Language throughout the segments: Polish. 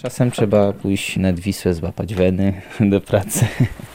Czasem trzeba pójść nad Wisłę, złapać weny do pracy.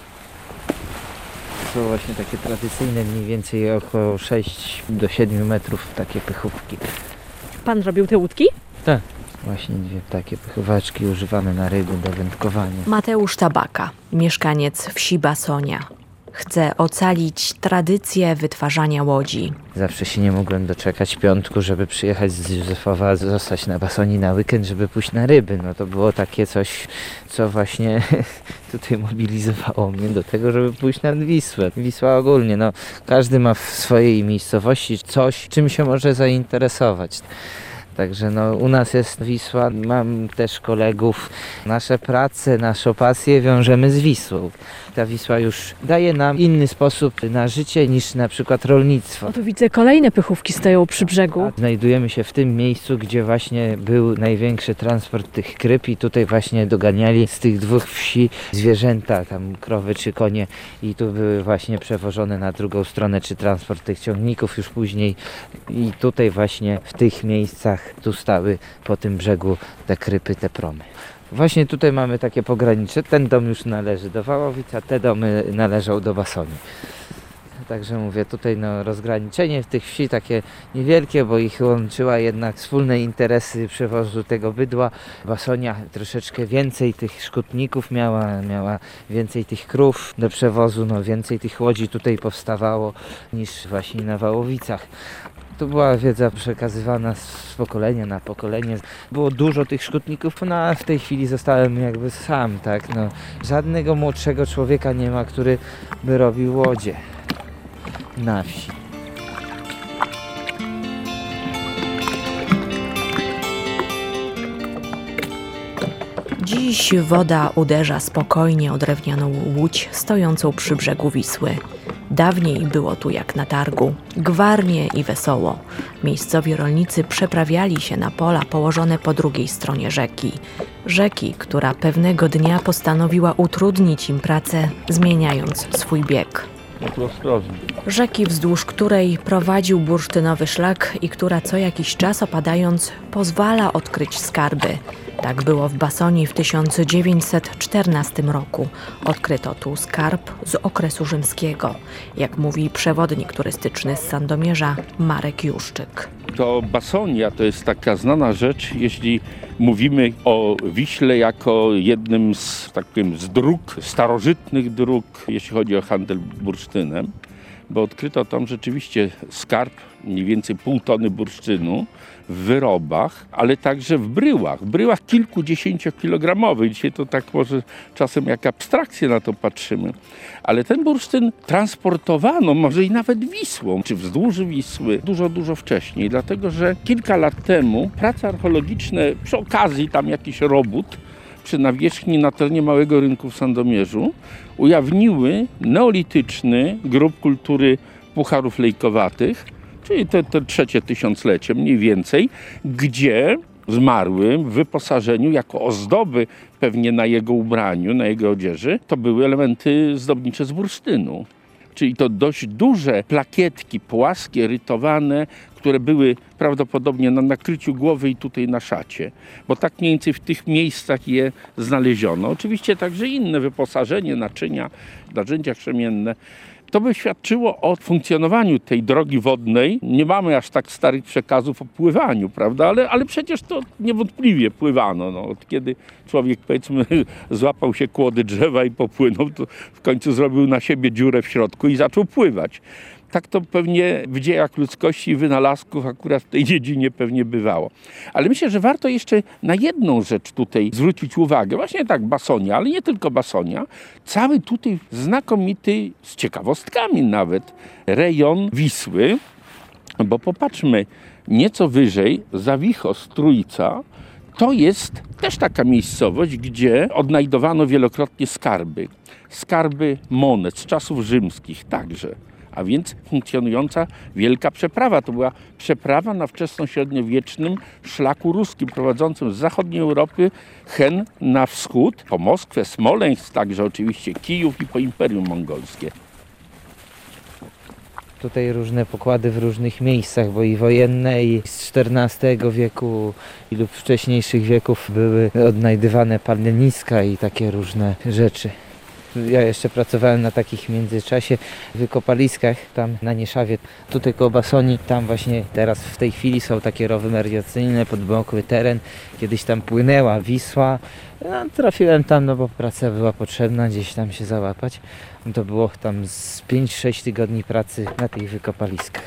Są właśnie takie tradycyjne, mniej więcej około 6 do 7 metrów takie pychówki. Pan robił te łódki? Tak. Właśnie dwie takie pychowaczki używane na ryby do wędkowania. Mateusz Tabaka, mieszkaniec wsi Basonia. Chce ocalić tradycję wytwarzania łodzi. Zawsze się nie mogłem doczekać piątku, żeby przyjechać z Józefowa, zostać na Basonii na weekend, żeby pójść na ryby. No to było takie coś, co właśnie tutaj mobilizowało mnie do tego, żeby pójść nad Wisłę. Wisła ogólnie, no każdy ma w swojej miejscowości coś, czym się może zainteresować. Także no, u nas jest Wisła, mam też kolegów. Nasze prace, naszą pasję wiążemy z Wisłą. Ta Wisła już daje nam inny sposób na życie niż na przykład rolnictwo. O, tu widzę, kolejne pychówki stoją przy brzegu. Znajdujemy się w tym miejscu, gdzie właśnie był największy transport tych kryp i tutaj właśnie doganiali z tych dwóch wsi zwierzęta, tam krowy czy konie i tu były właśnie przewożone na drugą stronę, czy transport tych ciągników już później i tutaj właśnie w tych miejscach tu stały po tym brzegu te krypy, te promy. Właśnie tutaj mamy takie pogranicze. Ten dom już należy do Wałowic, a te domy należą do Basonii. Także mówię, tutaj no, rozgraniczenie w tych wsi takie niewielkie, bo ich łączyła jednak wspólne interesy przewozu tego bydła. Basonia troszeczkę więcej tych szkutników miała więcej tych krów do przewozu, no, więcej tych łodzi tutaj powstawało niż właśnie na Wałowicach. To była wiedza przekazywana z pokolenia na pokolenie. Było dużo tych szkutników, no a w tej chwili zostałem jakby sam, tak, no. Żadnego młodszego człowieka nie ma, który by robił łodzie na wsi. Dziś woda uderza spokojnie o drewnianą łódź stojącą przy brzegu Wisły. Dawniej było tu jak na targu, gwarnie i wesoło. Miejscowi rolnicy przeprawiali się na pola położone po drugiej stronie rzeki. Rzeki, która pewnego dnia postanowiła utrudnić im pracę, zmieniając swój bieg. Rzeki, wzdłuż której prowadził bursztynowy szlak i która co jakiś czas opadając pozwala odkryć skarby. Tak było w Basonii w 1914 roku. Odkryto tu skarb z okresu rzymskiego, jak mówi przewodnik turystyczny z Sandomierza Marek Juszczyk. To Basonia to jest taka znana rzecz, jeśli mówimy o Wiśle jako jednym z, tak powiem, z dróg, starożytnych dróg, jeśli chodzi o handel bursztynem, bo odkryto tam rzeczywiście skarb, mniej więcej 0,5 tony bursztynu w wyrobach, ale także w bryłach kilkudziesięciokilogramowych. Dzisiaj to tak może czasem jak abstrakcję na to patrzymy, ale ten bursztyn transportowano może i nawet Wisłą, czy wzdłuż Wisły dużo wcześniej, dlatego że kilka lat temu prace archeologiczne, przy okazji tam jakiś robót przy nawierzchni na terenie Małego Rynku w Sandomierzu ujawniły neolityczny grób kultury pucharów lejkowatych, czyli to trzecie tysiąclecie mniej więcej, gdzie zmarły w wyposażeniu jako ozdoby pewnie na jego ubraniu, na jego odzieży, to były elementy zdobnicze z bursztynu. Czyli to dość duże plakietki płaskie, rytowane, które były prawdopodobnie na nakryciu głowy i tutaj na szacie. Bo tak mniej więcej w tych miejscach je znaleziono. Oczywiście także inne wyposażenie, narzędzia krzemienne. To by świadczyło o funkcjonowaniu tej drogi wodnej. Nie mamy aż tak starych przekazów o pływaniu, prawda? Ale przecież to niewątpliwie pływano. No, od kiedy człowiek, powiedzmy, złapał się kłody drzewa i popłynął, to w końcu zrobił na siebie dziurę w środku i zaczął pływać. Tak to pewnie w dziejach ludzkości i wynalazków akurat w tej dziedzinie pewnie bywało. Ale myślę, że warto jeszcze na jedną rzecz tutaj zwrócić uwagę. Właśnie tak, Basonia, ale nie tylko Basonia. Cały tutaj znakomity, z ciekawostkami nawet, rejon Wisły. Bo popatrzmy, nieco wyżej, Zawichos, Trójca, to jest też taka miejscowość, gdzie odnajdowano wielokrotnie skarby. Skarby monet z czasów rzymskich także. A więc funkcjonująca wielka przeprawa. To była przeprawa na wczesnośredniowiecznym szlaku ruskim prowadzącym z zachodniej Europy hen na wschód, po Moskwę, Smoleńsk, także oczywiście Kijów i po Imperium Mongolskie. tutaj różne pokłady w różnych miejscach, bo i wojenne, i z XIV wieku i lub wcześniejszych wieków były odnajdywane paleniska i takie różne rzeczy. Ja jeszcze pracowałem na takich w międzyczasie wykopaliskach tam na Nieszawie, tutaj koło Basonii, tam właśnie teraz w tej chwili są takie rowy melioracyjne, podmokły teren, kiedyś tam płynęła Wisła, no, trafiłem tam, no bo praca była potrzebna, gdzieś tam się załapać, to było tam z 5-6 tygodni pracy na tych wykopaliskach.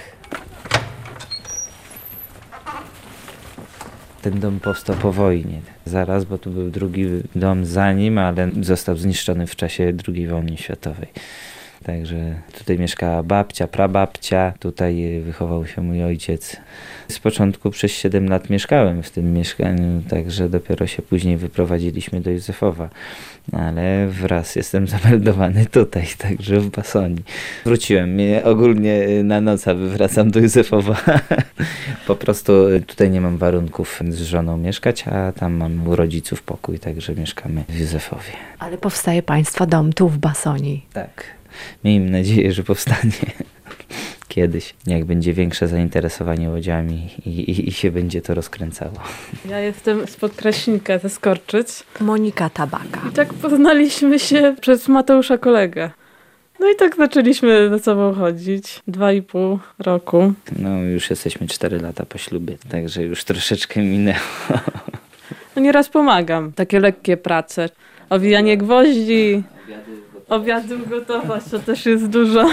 Ten dom powstał po wojnie, zaraz, bo tu był drugi dom za nim, ale został zniszczony w czasie II wojny światowej. Także tutaj mieszkała babcia, prababcia, tutaj wychował się mój ojciec. Z początku przez 7 lat mieszkałem w tym mieszkaniu, także dopiero się później wyprowadziliśmy do Józefowa. Ale wraz jestem zameldowany tutaj, także w Basonii. Wróciłem, ogólnie na noc, aby wracam do Józefowa. Po prostu tutaj nie mam warunków z żoną mieszkać, a tam mam u rodziców pokój, także mieszkamy w Józefowie. Ale powstaje Państwa dom tu w Basonii. Tak, miejmy nadzieję, że powstanie kiedyś, jak będzie większe zainteresowanie łodziami i się będzie to rozkręcało. Ja jestem spod Kraśnika ze Skorczyc. Monika Tabaka. I tak poznaliśmy się przez Mateusza kolegę. No i tak zaczęliśmy ze sobą chodzić. 2,5 roku. No już jesteśmy 4 lata po ślubie, także już troszeczkę minęło. No nieraz pomagam. Takie lekkie prace. Owijanie gwoździ, obiadów gotować, to też jest dużo.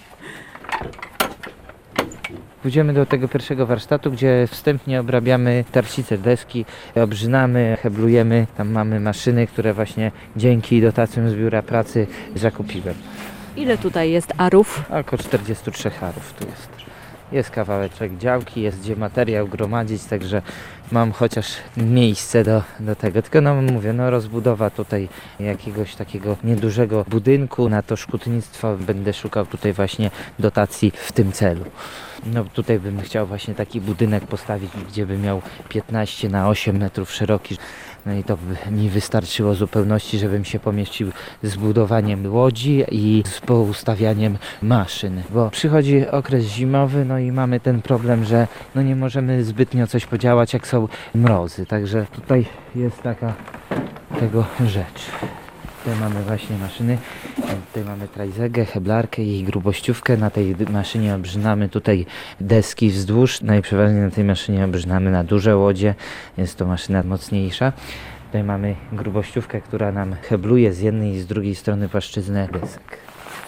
Pójdziemy do tego pierwszego warsztatu, gdzie wstępnie obrabiamy tarcice deski, obrzynamy, heblujemy. Tam mamy maszyny, które właśnie dzięki dotacjom z biura pracy zakupiłem. Ile tutaj jest arów? Około 43 arów tu jest. Jest kawałeczek działki, jest gdzie materiał gromadzić, także mam chociaż miejsce do tego. Tylko no mówię, no rozbudowa tutaj jakiegoś takiego niedużego budynku, na to szkutnictwo będę szukał tutaj właśnie dotacji w tym celu. No tutaj bym chciał właśnie taki budynek postawić, gdzie by miał 15 na 8 metrów szeroki. No i to by mi wystarczyło w zupełności, żebym się pomieścił z budowaniem łodzi i z poustawianiem maszyn. Bo przychodzi okres zimowy, no i mamy ten problem, że no nie możemy zbytnio coś podziałać, jak są mrozy. Także tutaj jest taka tego rzecz. Tutaj mamy właśnie maszyny, tutaj mamy trajzegę, heblarkę i grubościówkę. Na tej maszynie obrzynamy tutaj deski wzdłuż. Najprzeważniej na tej maszynie obrzynamy na duże łodzie. Jest to maszyna mocniejsza. Tutaj mamy grubościówkę, która nam hebluje z jednej i z drugiej strony płaszczyznę desek.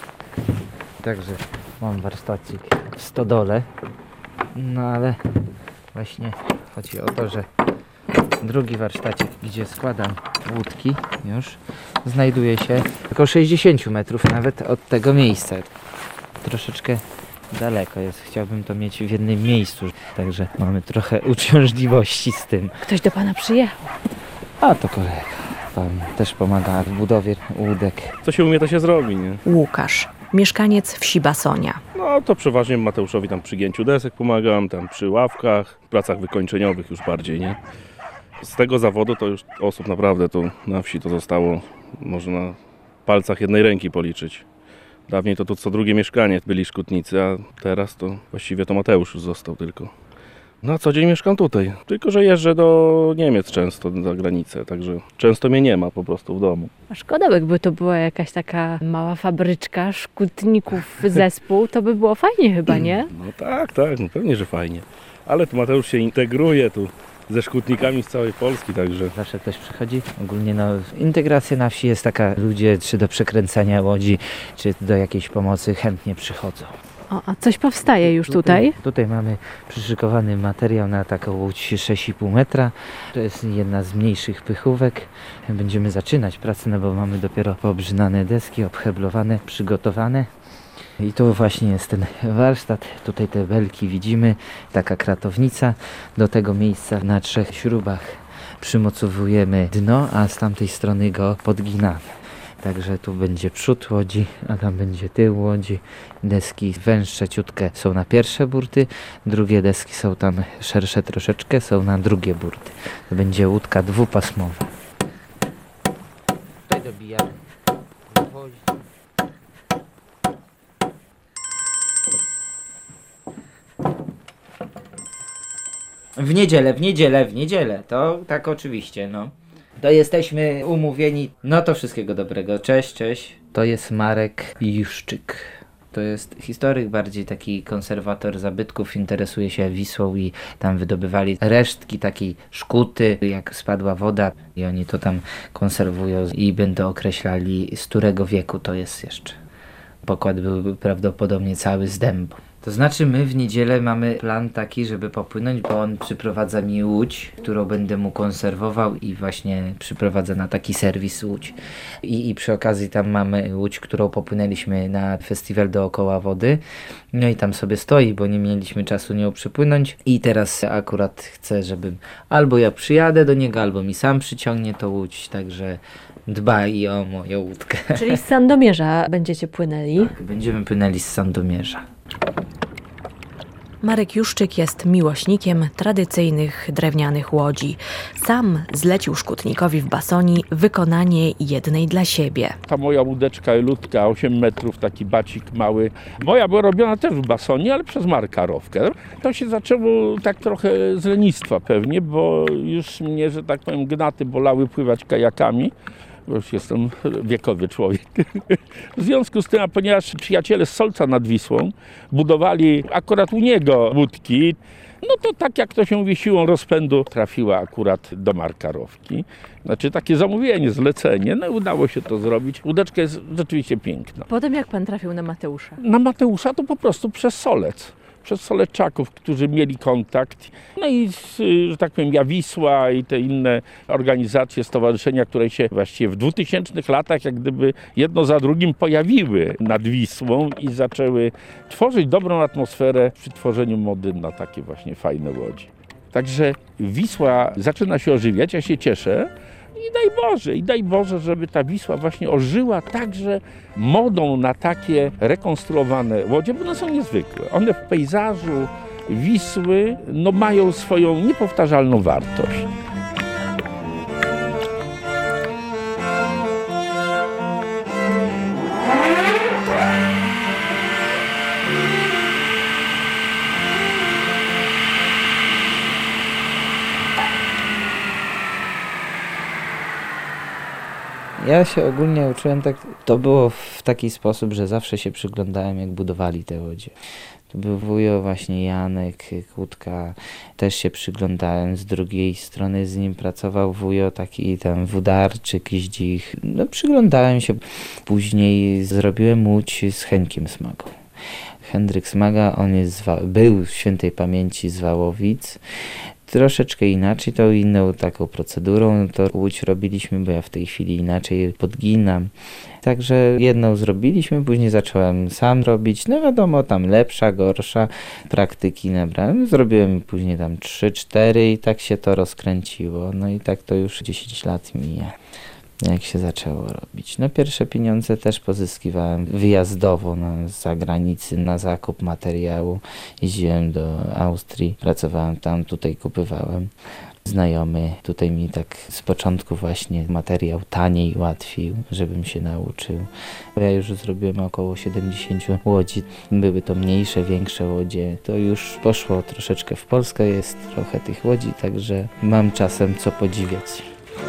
Także mam warsztacik w stodole. No ale właśnie chodzi o to, że drugi warsztacik, gdzie składam łódki już, znajduje się około 60 metrów nawet od tego miejsca. Troszeczkę daleko jest. Chciałbym to mieć w jednym miejscu, także mamy trochę uciążliwości z tym. Ktoś do pana przyjechał. A to kolega. Pan też pomaga w budowie łódek. Co się umie, to się zrobi, nie? Łukasz, mieszkaniec wsi Basonia. No to przeważnie Mateuszowi tam przy gięciu desek pomagam, tam przy ławkach, pracach wykończeniowych już bardziej, nie? Z tego zawodu to już osób naprawdę tu na wsi to zostało, można na palcach jednej ręki policzyć. Dawniej to tu co drugie mieszkanie byli szkutnicy, a teraz to właściwie to Mateusz już został tylko. Na co dzień mieszkam tutaj, tylko że jeżdżę do Niemiec często, za granicę, także często mnie nie ma po prostu w domu. A szkoda, jakby to była jakaś taka mała fabryczka, szkutników zespół, to by było fajnie chyba, nie? No tak, no pewnie, że fajnie. Ale tu Mateusz się integruje tu ze szkutnikami z całej Polski, także... Zawsze ktoś przychodzi. Ogólnie no, integracja na wsi jest taka, ludzie czy do przekręcania łodzi, czy do jakiejś pomocy chętnie przychodzą. O, a coś powstaje już tutaj? Tutaj mamy przyszykowany materiał na taką łódź 6,5 metra. To jest jedna z mniejszych pychówek. Będziemy zaczynać pracę, no bo mamy dopiero poobrzynane deski, obheblowane, przygotowane. I tu właśnie jest ten warsztat. Tutaj te belki widzimy, taka kratownica. Do tego miejsca na 3 śrubach przymocowujemy dno, a z tamtej strony go podginamy. Także tu będzie przód łodzi, a tam będzie tył łodzi. Deski węższe, ciutkie są na pierwsze burty, drugie deski są tam szersze troszeczkę, są na drugie burty. To będzie łódka dwupasmowa. Tutaj dobijamy gwoździ. W niedzielę, to tak oczywiście, no. To jesteśmy umówieni, no to wszystkiego dobrego, cześć. To jest Marek Juszczyk. To jest historyk, bardziej taki konserwator zabytków, interesuje się Wisłą i tam wydobywali resztki takiej szkuty, jak spadła woda i oni to tam konserwują i będą określali, z którego wieku to jest jeszcze. Pokład był prawdopodobnie cały z dębu. To znaczy my w niedzielę mamy plan taki, żeby popłynąć, bo on przyprowadza mi łódź, którą będę mu konserwował i właśnie przyprowadza na taki serwis łódź. I przy okazji tam mamy łódź, którą popłynęliśmy na festiwal dookoła wody. No i tam sobie stoi, bo nie mieliśmy czasu nią przypłynąć. I teraz akurat chcę, żebym albo ja przyjadę do niego, albo mi sam przyciągnie tą łódź, także dbaj o moją łódkę. Czyli z Sandomierza będziecie płynęli. Będziemy płynęli z Sandomierza. Marek Juszczyk jest miłośnikiem tradycyjnych drewnianych łodzi. Sam zlecił szkutnikowi w Basonii wykonanie jednej dla siebie. Ta moja łódeczka ludzka, 8 metrów, taki bacik mały. Moja była robiona też w Basonie, ale przez Marka Rowkę. To się zaczęło tak trochę z lenistwa pewnie, bo już mnie, że tak powiem, gnaty bolały pływać kajakami. Bo już jestem wiekowy człowiek. W związku z tym, a ponieważ przyjaciele z Solca nad Wisłą budowali akurat u niego łódki, no to tak jak to się mówi, siłą rozpędu trafiła akurat do Marka Rowki. Znaczy takie zamówienie, zlecenie, no i udało się to zrobić. Łódeczka jest rzeczywiście piękna. Potem jak pan trafił na Mateusza? Na Mateusza to po prostu przez Solec. Przez Soleczaków, którzy mieli kontakt. No i, że tak powiem, ja Wisła i te inne organizacje, stowarzyszenia, które się właściwie w 2000 latach jak gdyby jedno za drugim pojawiły nad Wisłą i zaczęły tworzyć dobrą atmosferę przy tworzeniu mody na takie właśnie fajne łodzi. Także Wisła zaczyna się ożywiać, ja się cieszę. I daj Boże, żeby ta Wisła właśnie ożyła także modą na takie rekonstruowane łodzie, bo one są niezwykłe. One w pejzażu Wisły no, mają swoją niepowtarzalną wartość. Ja się ogólnie uczyłem tak, to było w taki sposób, że zawsze się przyglądałem, jak budowali te łodzie. To był wujo właśnie Janek Kłódka, też się przyglądałem, z drugiej strony z nim pracował wujo taki tam Wudarczyk, Ździch. No przyglądałem się, później zrobiłem łódź z Henkiem Smagą. Henryk Smaga, on był świętej pamięci z Wałowic. Troszeczkę inaczej, tą inną taką procedurą to łódź robiliśmy, bo ja w tej chwili inaczej podginam. Także jedną zrobiliśmy, później zacząłem sam robić, no wiadomo, tam lepsza, gorsza, praktyki nabrałem, zrobiłem później tam 3-4 i tak się to rozkręciło, no i tak to już 10 lat mija. Jak się zaczęło robić. No pierwsze pieniądze też pozyskiwałem wyjazdowo na zagranicy, na zakup materiału. Jeździłem do Austrii, pracowałem tam, tutaj kupywałem. Znajomy tutaj mi tak z początku właśnie materiał taniej ułatwił, żebym się nauczył. Ja już zrobiłem około 70 łodzi. Były to mniejsze, większe łodzie. To już poszło troszeczkę w Polskę, jest trochę tych łodzi, także mam czasem co podziwiać.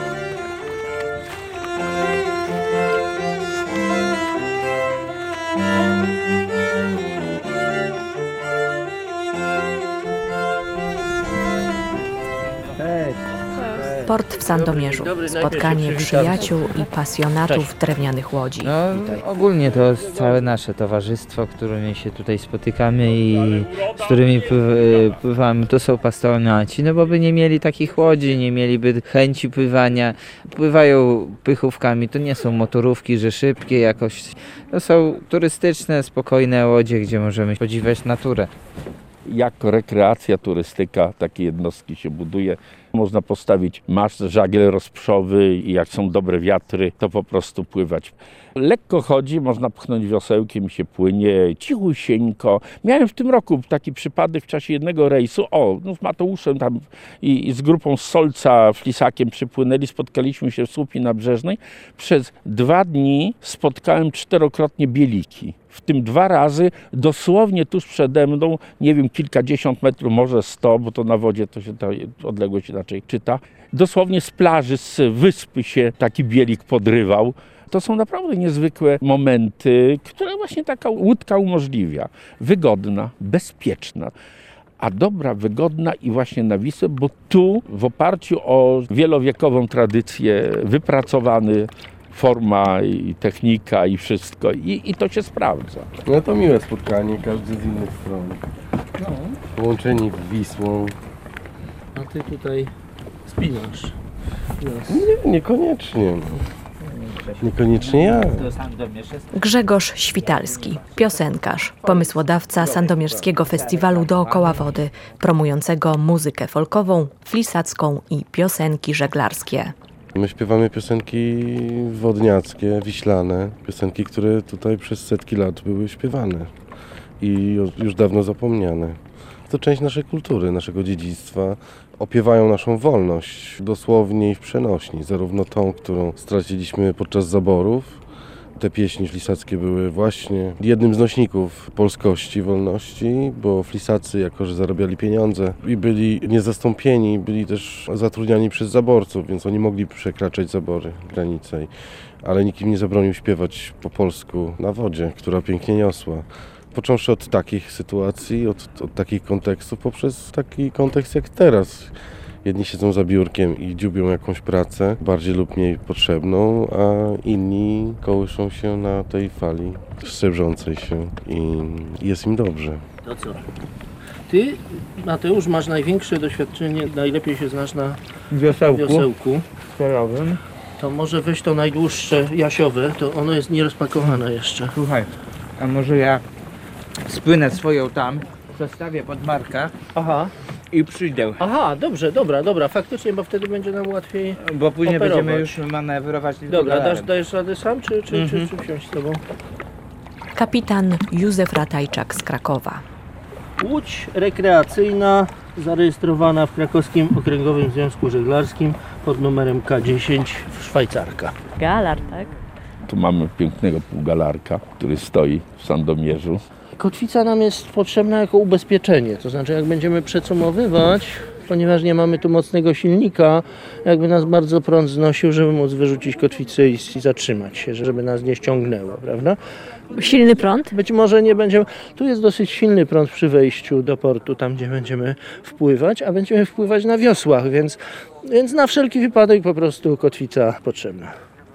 Port w Sandomierzu. Spotkanie przyjaciół i pasjonatów drewnianych łodzi. No ogólnie to jest całe nasze towarzystwo, którymi się tutaj spotykamy i z którymi pływamy. To są pasjonaci, no bo by nie mieli takich łodzi, nie mieliby chęci pływania. Pływają pychówkami, to nie są motorówki, że szybkie jakoś. To są turystyczne, spokojne łodzie, gdzie możemy podziwiać naturę. Jako rekreacja, turystyka takie jednostki się buduje. Można postawić maszt, żagiel rozprzowy i jak są dobre wiatry, to po prostu pływać. Lekko chodzi, można pchnąć wiosełkiem i się płynie, cichusieńko. Miałem w tym roku taki przypadek w czasie jednego rejsu. No z Mateuszem tam i z grupą z Solca, Flisakiem przypłynęli, spotkaliśmy się w Słupii Nabrzeżnej. Przez 2 dni spotkałem 4-krotnie bieliki. w tym 2 razy, dosłownie tuż przede mną, nie wiem, kilkadziesiąt metrów, może 100, bo to na wodzie to się ta odległość inaczej czyta. Dosłownie z plaży, z wyspy się taki bielik podrywał. To są naprawdę niezwykłe momenty, które właśnie taka łódka umożliwia. Wygodna, bezpieczna, a dobra, wygodna i właśnie na Wisłę, bo tu w oparciu o wielowiekową tradycję wypracowany forma i technika i wszystko i to się sprawdza. No to miłe spotkanie, każdy z innych stron. Połączeni Wisłą. A ty tutaj spinasz. Nie, niekoniecznie. Niekoniecznie ja. Grzegorz Świtalski, piosenkarz, pomysłodawca Sandomierskiego Festiwalu Dookoła Wody, promującego muzykę folkową, flisacką i piosenki żeglarskie. My śpiewamy piosenki wodniackie, wiślane, piosenki, które tutaj przez setki lat były śpiewane i już dawno zapomniane. To część naszej kultury, naszego dziedzictwa. Opiewają naszą wolność, dosłownie i w przenośni, zarówno tą, którą straciliśmy podczas zaborów. Te pieśni flisackie były właśnie jednym z nośników polskości, wolności, bo flisacy, jako że zarabiali pieniądze i byli niezastąpieni, byli też zatrudniani przez zaborców, więc oni mogli przekraczać zabory, granice. Ale nikt im nie zabronił śpiewać po polsku na wodzie, która pięknie niosła. Począwszy od takich sytuacji, od takich kontekstów, poprzez taki kontekst jak teraz. Jedni siedzą za biurkiem i dziubią jakąś pracę, bardziej lub mniej potrzebną, a inni kołyszą się na tej fali szczebrzącej się i jest im dobrze. To co? Ty, Mateusz, masz największe doświadczenie, najlepiej się znasz na wiosełku. Sterowym. To może weź to najdłuższe jasiowe, to ono jest nierozpakowane jeszcze. Słuchaj, a może ja spłynę swoją tam, zostawię pod Marka Aha, i przyjdę. aha, dobrze, dobra, faktycznie, bo wtedy będzie nam łatwiej. Bo później operować. będziemy już manewrować tylko Dobra, galarem. dajesz radę sam, czy wsiąść z tobą? Kapitan Józef Ratajczak z Krakowa. Łódź rekreacyjna zarejestrowana w Krakowskim Okręgowym Związku Żeglarskim pod numerem K10 Szwajcarka. Galar, tak? Tu mamy pięknego półgalarka, który stoi w Sandomierzu. Kotwica nam jest potrzebna jako ubezpieczenie, to znaczy jak będziemy przecumowywać, ponieważ nie mamy tu mocnego silnika, jakby nas bardzo prąd znosił, żeby móc wyrzucić kotwicę i zatrzymać się, żeby nas nie ściągnęło, prawda? Silny prąd? Być może nie będziemy, tu jest dosyć silny prąd przy wejściu do portu, tam gdzie będziemy wpływać, a będziemy wpływać na wiosłach, więc na wszelki wypadek po prostu kotwica potrzebna.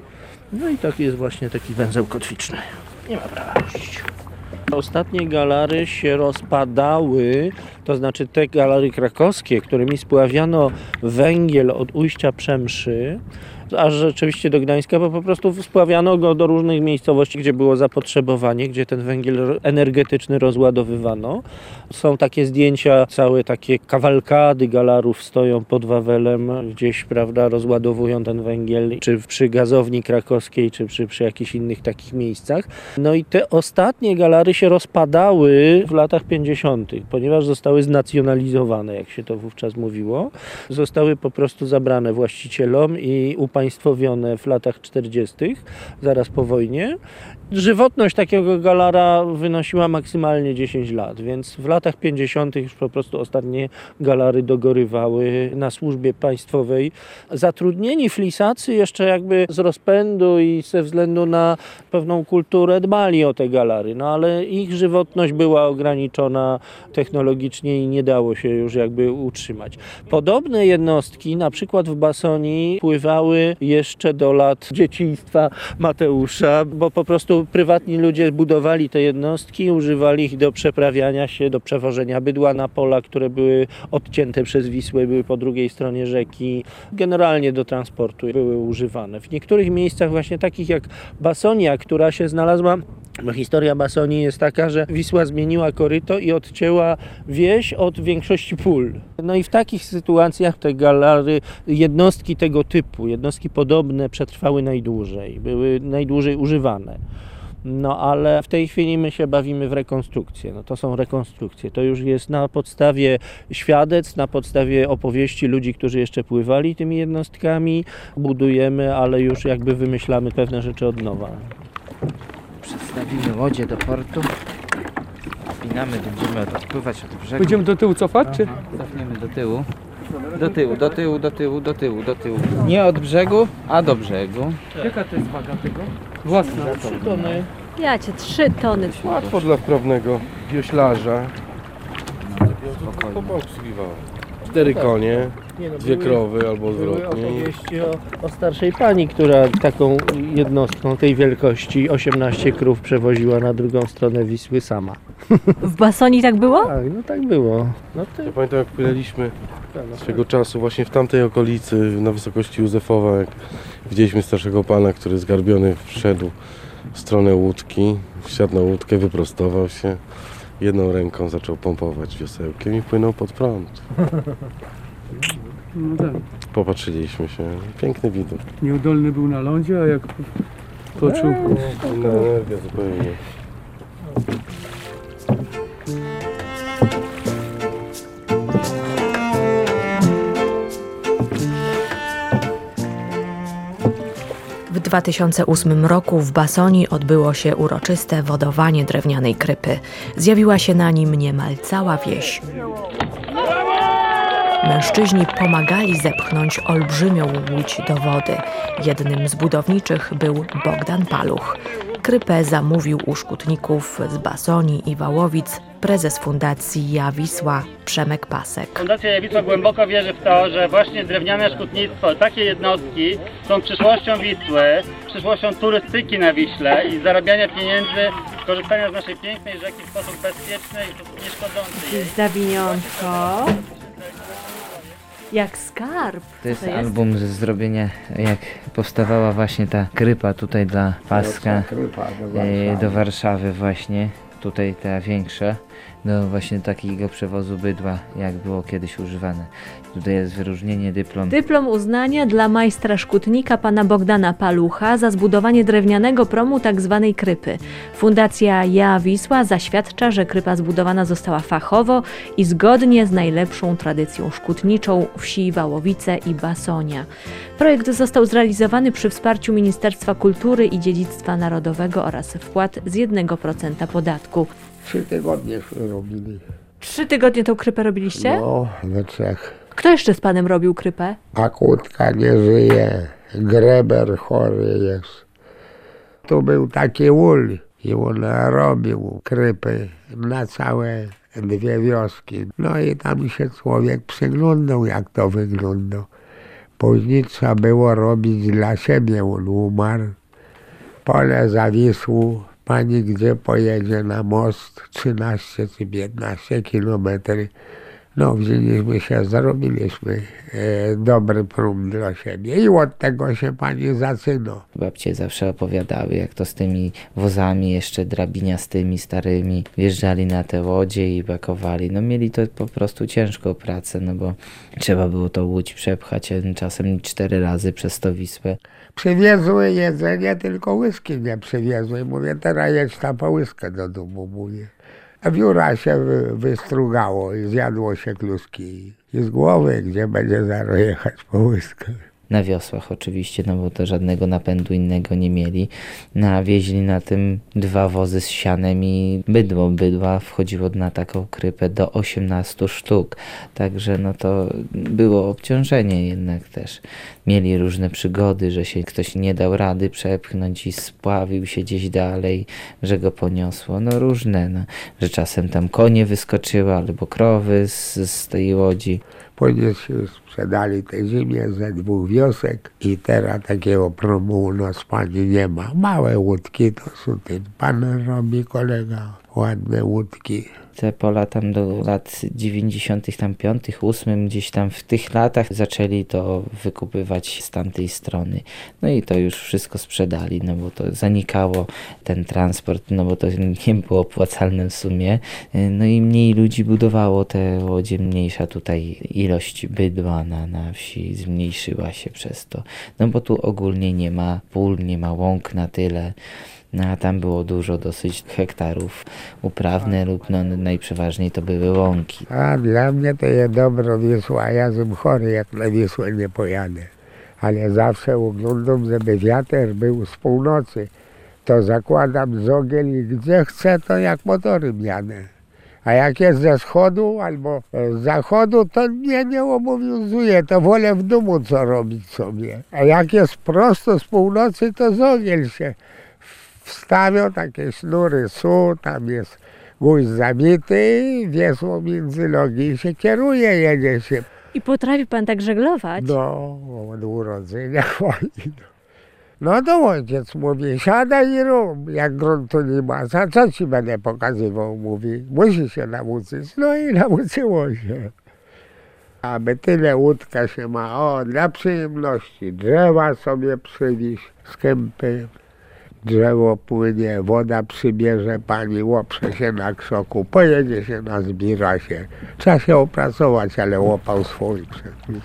No i taki jest właśnie taki węzeł kotwiczny. Nie ma prawa puścić. Ostatnie galary się rozpadały, to znaczy te galary krakowskie, którymi spławiano węgiel od ujścia Przemszy, aż rzeczywiście do Gdańska, bo po prostu spławiano go do różnych miejscowości, gdzie było zapotrzebowanie, gdzie ten węgiel energetyczny rozładowywano. Są takie zdjęcia, całe takie kawalkady galarów stoją pod Wawelem, gdzieś, prawda, rozładowują ten węgiel, czy przy gazowni krakowskiej, czy przy jakichś innych takich miejscach. No i te ostatnie galary się rozpadały w latach 50., ponieważ zostały znacjonalizowane, jak się to wówczas mówiło. Zostały po prostu zabrane właścicielom i upaństwowione w latach 40., zaraz po wojnie. Żywotność takiego galara wynosiła maksymalnie 10 lat, więc w latach 50. już po prostu ostatnie galary dogorywały na służbie państwowej. Zatrudnieni flisacy jeszcze jakby z rozpędu i ze względu na pewną kulturę dbali o te galary, no ale ich żywotność była ograniczona technologicznie i nie dało się już jakby utrzymać. Podobne jednostki, na przykład w Basonii, pływały jeszcze do lat dzieciństwa Mateusza, bo po prostu prywatni ludzie budowali te jednostki, używali ich do przeprawiania się, do przewożenia bydła na pola, które były odcięte przez Wisłę, były po drugiej stronie rzeki. Generalnie do transportu były używane. W niektórych miejscach właśnie takich jak Basonia, która się znalazła, bo historia Basonii jest taka, że Wisła zmieniła koryto i odcięła wieś od większości pól. No i w takich sytuacjach te galary, jednostki tego typu, jednostki podobne przetrwały najdłużej, były najdłużej używane. No ale w tej chwili my się bawimy w rekonstrukcję. No to są rekonstrukcje. To już jest na podstawie świadectw, na podstawie opowieści ludzi, którzy jeszcze pływali tymi jednostkami. Budujemy, ale już jakby wymyślamy pewne rzeczy od nowa. Stawimy łodzie do portu. Spinamy, będziemy odpływać od brzegu. Będziemy do tyłu cofać, czy? Cofniemy do tyłu. Do tyłu. Nie od brzegu, a do brzegu. Jaka to jest waga tego? Własna. 3 tony. Ja cię 3 tony. Łatwo dla wprawnego wioślarza. Spokojnie. Obsługiwałem. 4 konie, Nie no, 2 krowy albo Były odwrotnie. opowieści o starszej pani, która taką jednostką tej wielkości 18 krów przewoziła na drugą stronę Wisły sama. W Basonii tak było? Tak, no tak było. No to Ja pamiętam, jak płynęliśmy swego czasu właśnie w tamtej okolicy, na wysokości Józefowa, jak widzieliśmy starszego pana, który zgarbiony wszedł w stronę łódki, wsiadł na łódkę, wyprostował się, jedną ręką zaczął pompować wiosełkiem i płynął pod prąd. No tak. Popatrzyliśmy się, piękny widok. Nieudolny był na lądzie, a jak poczuł... Inna energia zupełnie. W 2008 roku w Basonii odbyło się uroczyste wodowanie drewnianej krypy. Zjawiła się na nim niemal cała wieś. Mężczyźni pomagali zepchnąć olbrzymią łódź do wody. Jednym z budowniczych był Bogdan Paluch. Krypę zamówił u szkutników z Basonii i Wałowic prezes Fundacji Ja Wisła Przemek Pasek. Fundacja Ja Wisła głęboko wierzy w to, że właśnie drewniane szkutnictwo, takie jednostki są przyszłością Wisły, przyszłością turystyki na Wiśle i zarabiania pieniędzy, korzystania z naszej pięknej rzeki w sposób bezpieczny i w sposób nieszkodzący jej. Zawiniątko. Jak skarb. To jest album ze zrobienia, jak powstawała właśnie ta krypa tutaj dla Paska do Warszawy właśnie, tutaj ta większa, do właśnie takiego przewozu bydła, jak było kiedyś używane. Tutaj jest wyróżnienie, dyplom. Dyplom uznania dla majstra szkutnika pana Bogdana Palucha za zbudowanie drewnianego promu tzw. krypy. Fundacja Ja Wisła zaświadcza, że krypa zbudowana została fachowo i zgodnie z najlepszą tradycją szkutniczą wsi Wałowice i Basonia. Projekt został zrealizowany przy wsparciu Ministerstwa Kultury i Dziedzictwa Narodowego oraz wpłat z 1% podatku. 3 tygodnie robili. 3 tygodnie tą krypę robiliście? No, we 3. Kto jeszcze z panem robił krypę? Akutka nie żyje, Greber chory jest. Tu był taki ul i on robił krypy na całe 2 wioski. No i tam się człowiek przyglądał, jak to wygląda. Później trzeba było robić dla siebie, on umarł. Pole za Wisłą. Pani gdzie pojedzie na most 13 czy 15 kilometrów. No wzięliśmy się, zrobiliśmy dobry prum dla siebie i od tego się pani zaczyna. Babcie zawsze opowiadały, jak to z tymi wozami jeszcze drabiniastymi, starymi wjeżdżali na te łodzie i bakowali. No mieli to po prostu ciężką pracę, no bo trzeba było to łódź przepchać czasem 4 razy przez to Wisłę. Przywiezły jedzenie, tylko łyżki nie przywiezły. Mówię, teraz jedź tam po łyskę do domu, mówię. A wióra się wystrugało i zjadło się kluski. I z głowy, gdzie będzie zaraz jechać po łyskę. Na wiosłach oczywiście, no bo to żadnego napędu innego nie mieli. Wieźli na tym 2 wozy z sianem i bydło. Bydła wchodziło na taką krypę do 18 sztuk. Także no to było obciążenie jednak też. Mieli różne przygody, że się ktoś nie dał rady przepchnąć i spławił się gdzieś dalej, że go poniosło. No różne, no, że czasem tam konie wyskoczyły albo krowy z tej łodzi. Później się sprzedali te ziemię ze 2 wiosek i teraz takiego promu u nas pani nie ma. Małe łódki to są, ten pan robi, kolega, ładne łódki. Te pola tam do lat 90., tam 5., 8., gdzieś tam w tych latach zaczęli to wykupywać z tamtej strony. No i to już wszystko sprzedali, no bo to zanikało ten transport, no bo to nie było opłacalne w sumie. No i mniej ludzi budowało te łodzie, mniejsza tutaj ilość bydła na wsi zmniejszyła się przez to. No bo tu ogólnie nie ma pól, nie ma łąk na tyle. No, a tam było dużo dosyć hektarów uprawne lub no, najprzeważniej to były łąki. A dla mnie to jest dobro Wisła, a ja jestem chory, jak na Wisłę nie pojadę. Ale zawsze oglądam, żeby wiatr był z północy, to zakładam zogiel i gdzie chcę, to jak motorem jadę. A jak jest ze wschodu albo z zachodu, to mnie nie obowiązuje, to wolę w domu co robić sobie. A jak jest prosto z północy, to zogiel się wstawią, takie sznury są, tam jest gwóźdź zabity, wiesło między nogi i się kieruje, jedzie się. I potrafi pan tak żeglować? No, od urodzenia chwali. No to ojciec mówi, siadaj i rób, jak gruntu nie ma, za co ci będę pokazywał, mówi, musi się nauczyć. No i nauczyło się. Aby tyle łódka się ma, o, dla przyjemności, drzewa sobie przywieźć z kępy. Drzewo płynie, woda przybierze pani, łoprze się na krzoku, pojedzie się na zbierasie. Trzeba się opracować, ale łopał swój przepis.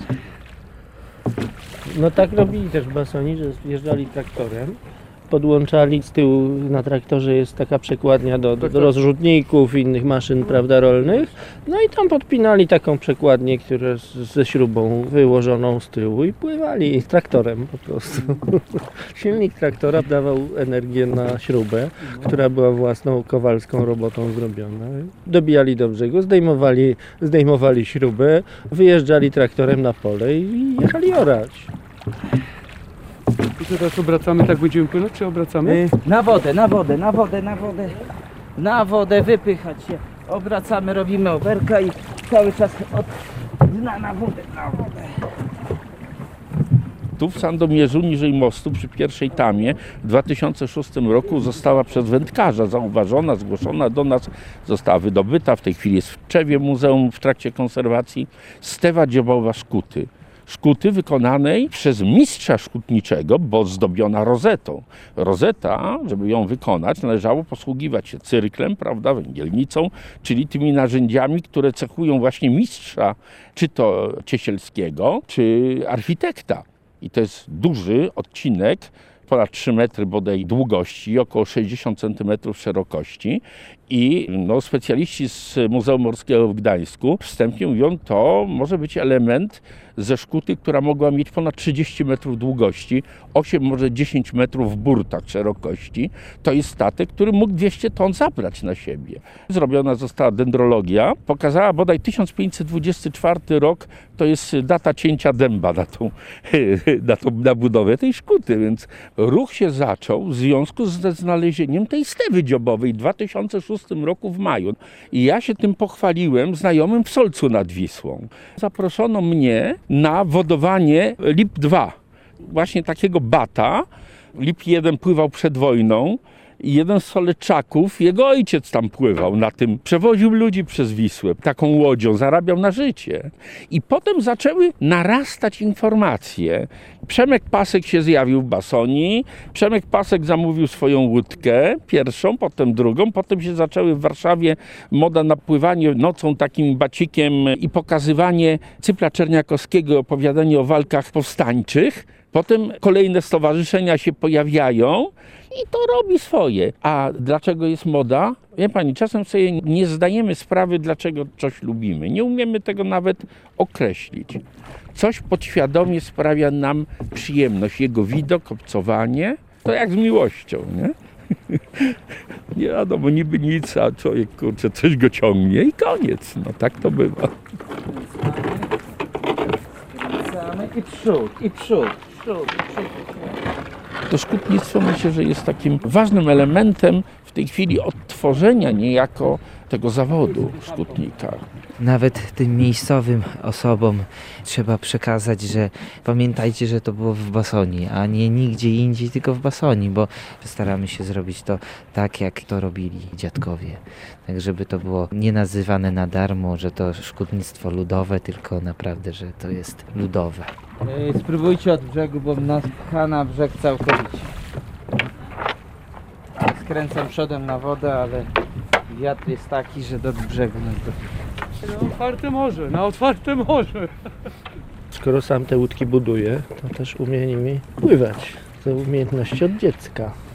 No tak robili też w Basonii, że wjeżdżali traktorem, podłączali z tyłu na traktorze jest taka przekładnia do rozrzutników i innych maszyn, prawda, rolnych. No i tam podpinali taką przekładnię, która ze śrubą wyłożoną z tyłu i pływali traktorem po prostu. Silnik traktora dawał energię na śrubę, która była własną kowalską robotą zrobiona. Dobijali do brzegu, zdejmowali śrubę, wyjeżdżali traktorem na pole i jechali orać. I teraz obracamy, tak będziemy płynąć, czy obracamy? Na wodę, na wodę, na wodę, na wodę. Na wodę, wypychać się. Obracamy, robimy oberka i cały czas od dna na wodę, na wodę. Tu w Sandomierzu, niżej mostu, przy pierwszej tamie w 2006 roku została przez wędkarza zauważona, zgłoszona do nas, została wydobyta, w tej chwili jest w Tczewie muzeum w trakcie konserwacji, stewa dziobowa szkuty. Szkuty wykonanej przez mistrza szkutniczego, bo zdobiona rozetą. Rozeta, żeby ją wykonać, należało posługiwać się cyrklem, prawda, węgielnicą, czyli tymi narzędziami, które cechują właśnie mistrza, czy to ciesielskiego, czy architekta. I to jest duży odcinek, ponad 3 metry bodaj długości, około 60 cm szerokości. I specjaliści z Muzeum Morskiego w Gdańsku wstępnie mówią, to może być element ze szkuty, która mogła mieć ponad 30 metrów długości, 8, może 10 metrów w burtach szerokości. To jest statek, który mógł 200 ton zabrać na siebie. Zrobiona została dendrologia, pokazała bodaj 1524 rok, to jest data cięcia dęba na budowę tej szkuty, więc ruch się zaczął w związku ze znalezieniem tej stewy dziobowej w 2006 roku w maju. I ja się tym pochwaliłem znajomym w Solcu nad Wisłą. Zaproszono mnie na wodowanie LIP 2. Właśnie takiego bata. LIP 1 pływał przed wojną i jeden z Soleczaków, jego ojciec tam pływał na tym, przewoził ludzi przez Wisłę taką łodzią, zarabiał na życie. I potem zaczęły narastać informacje. Przemek Pasek się zjawił w Basonii, Przemek Pasek zamówił swoją łódkę, pierwszą, potem drugą, potem się zaczęły w Warszawie moda na pływanie nocą takim bacikiem i pokazywanie Cypla Czerniakowskiego, opowiadanie o walkach powstańczych. Potem kolejne stowarzyszenia się pojawiają i to robi swoje. A dlaczego jest moda? Wie pani, czasem sobie nie zdajemy sprawy, dlaczego coś lubimy. Nie umiemy tego nawet określić. Coś podświadomie sprawia nam przyjemność. Jego widok, obcowanie, to jak z miłością, nie? Nie wiadomo, niby nic, a człowiek, kurczę, coś go ciągnie i koniec. No tak to bywa. I przód, i przód. To szkutnictwo myślę, że jest takim ważnym elementem w tej chwili odtworzenia niejako tego zawodu szkutnika. Nawet tym miejscowym osobom trzeba przekazać, że pamiętajcie, że to było w Basonii, a nie nigdzie indziej, tylko w Basonii, bo staramy się zrobić to tak, jak to robili dziadkowie. Tak, żeby to było nie nazywane na darmo, że to szkutnictwo ludowe, tylko naprawdę, że to jest ludowe. Spróbujcie od brzegu, bo nas pcha na brzeg całkowicie. Skręcam przodem na wodę, ale wiatr jest taki, że do brzegu nas dochodzi. Na otwarte morze, na otwarte morze. Skoro sam te łódki buduję, to też umie nimi pływać. To umiejętności od dziecka.